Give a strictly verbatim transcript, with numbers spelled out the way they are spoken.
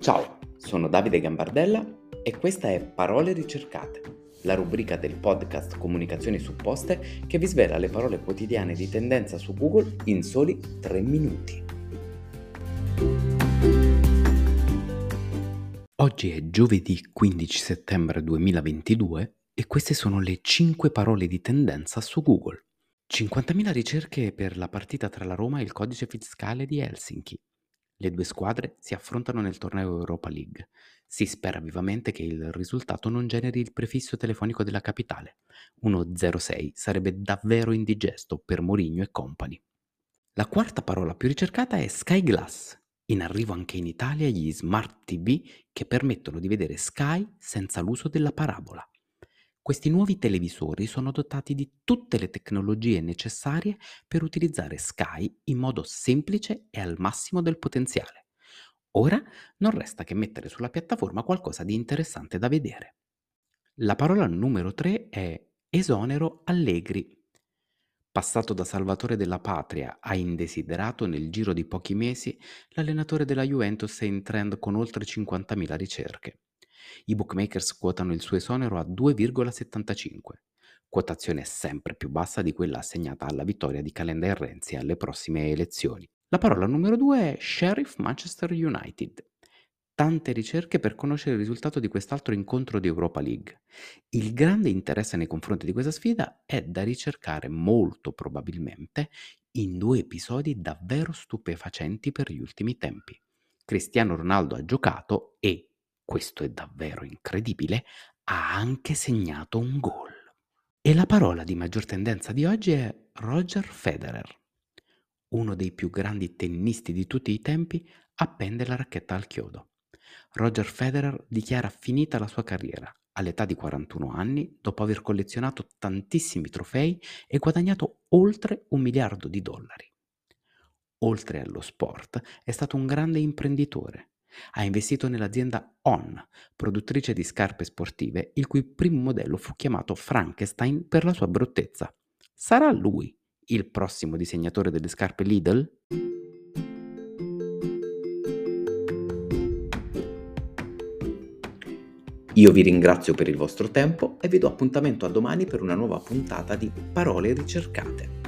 Ciao, sono Davide Gambardella e questa è Parole ricercate, la rubrica del podcast Comunicazioni Supposte che vi svela le parole quotidiane di tendenza su Google in soli tre minuti. Oggi è giovedì quindici settembre duemilaventidue e queste sono le cinque parole di tendenza su Google. cinquantamila ricerche per la partita tra la Roma e il codice fiscale di Helsinki. Le due squadre si affrontano nel torneo Europa League. Si spera vivamente che il risultato non generi il prefisso telefonico della capitale. uno zero sei sarebbe davvero indigesto per Mourinho e compagni. La quarta parola più ricercata è Sky Glass. In arrivo anche in Italia gli smart T V che permettono di vedere Sky senza l'uso della parabola. Questi nuovi televisori sono dotati di tutte le tecnologie necessarie per utilizzare Sky in modo semplice e al massimo del potenziale. Ora non resta che mettere sulla piattaforma qualcosa di interessante da vedere. La parola numero tre è esonero Allegri. Passato da salvatore della patria a indesiderato nel giro di pochi mesi, l'allenatore della Juventus è in trend con oltre cinquantamila ricerche. I bookmakers quotano il suo esonero a due virgola settantacinque, quotazione sempre più bassa di quella assegnata alla vittoria di Calenda e Renzi alle prossime elezioni. La parola numero due è Sheriff Manchester United. Tante ricerche per conoscere il risultato di quest'altro incontro di Europa League. Il grande interesse nei confronti di questa sfida è da ricercare molto probabilmente in due episodi davvero stupefacenti per gli ultimi tempi. Cristiano Ronaldo ha giocato e, questo è davvero incredibile, ha anche segnato un gol. E la parola di maggior tendenza di oggi è Roger Federer. Uno dei più grandi tennisti di tutti i tempi appende la racchetta al chiodo. Roger Federer dichiara finita la sua carriera all'età di quarantuno anni dopo aver collezionato tantissimi trofei e guadagnato oltre un miliardo di dollari. Oltre allo sport, è stato un grande imprenditore. Ha investito nell'azienda On, produttrice di scarpe sportive, il cui primo modello fu chiamato Frankenstein per la sua bruttezza. Sarà lui il prossimo disegnatore delle scarpe Lidl? Io vi ringrazio per il vostro tempo e vi do appuntamento a domani per una nuova puntata di Parole ricercate.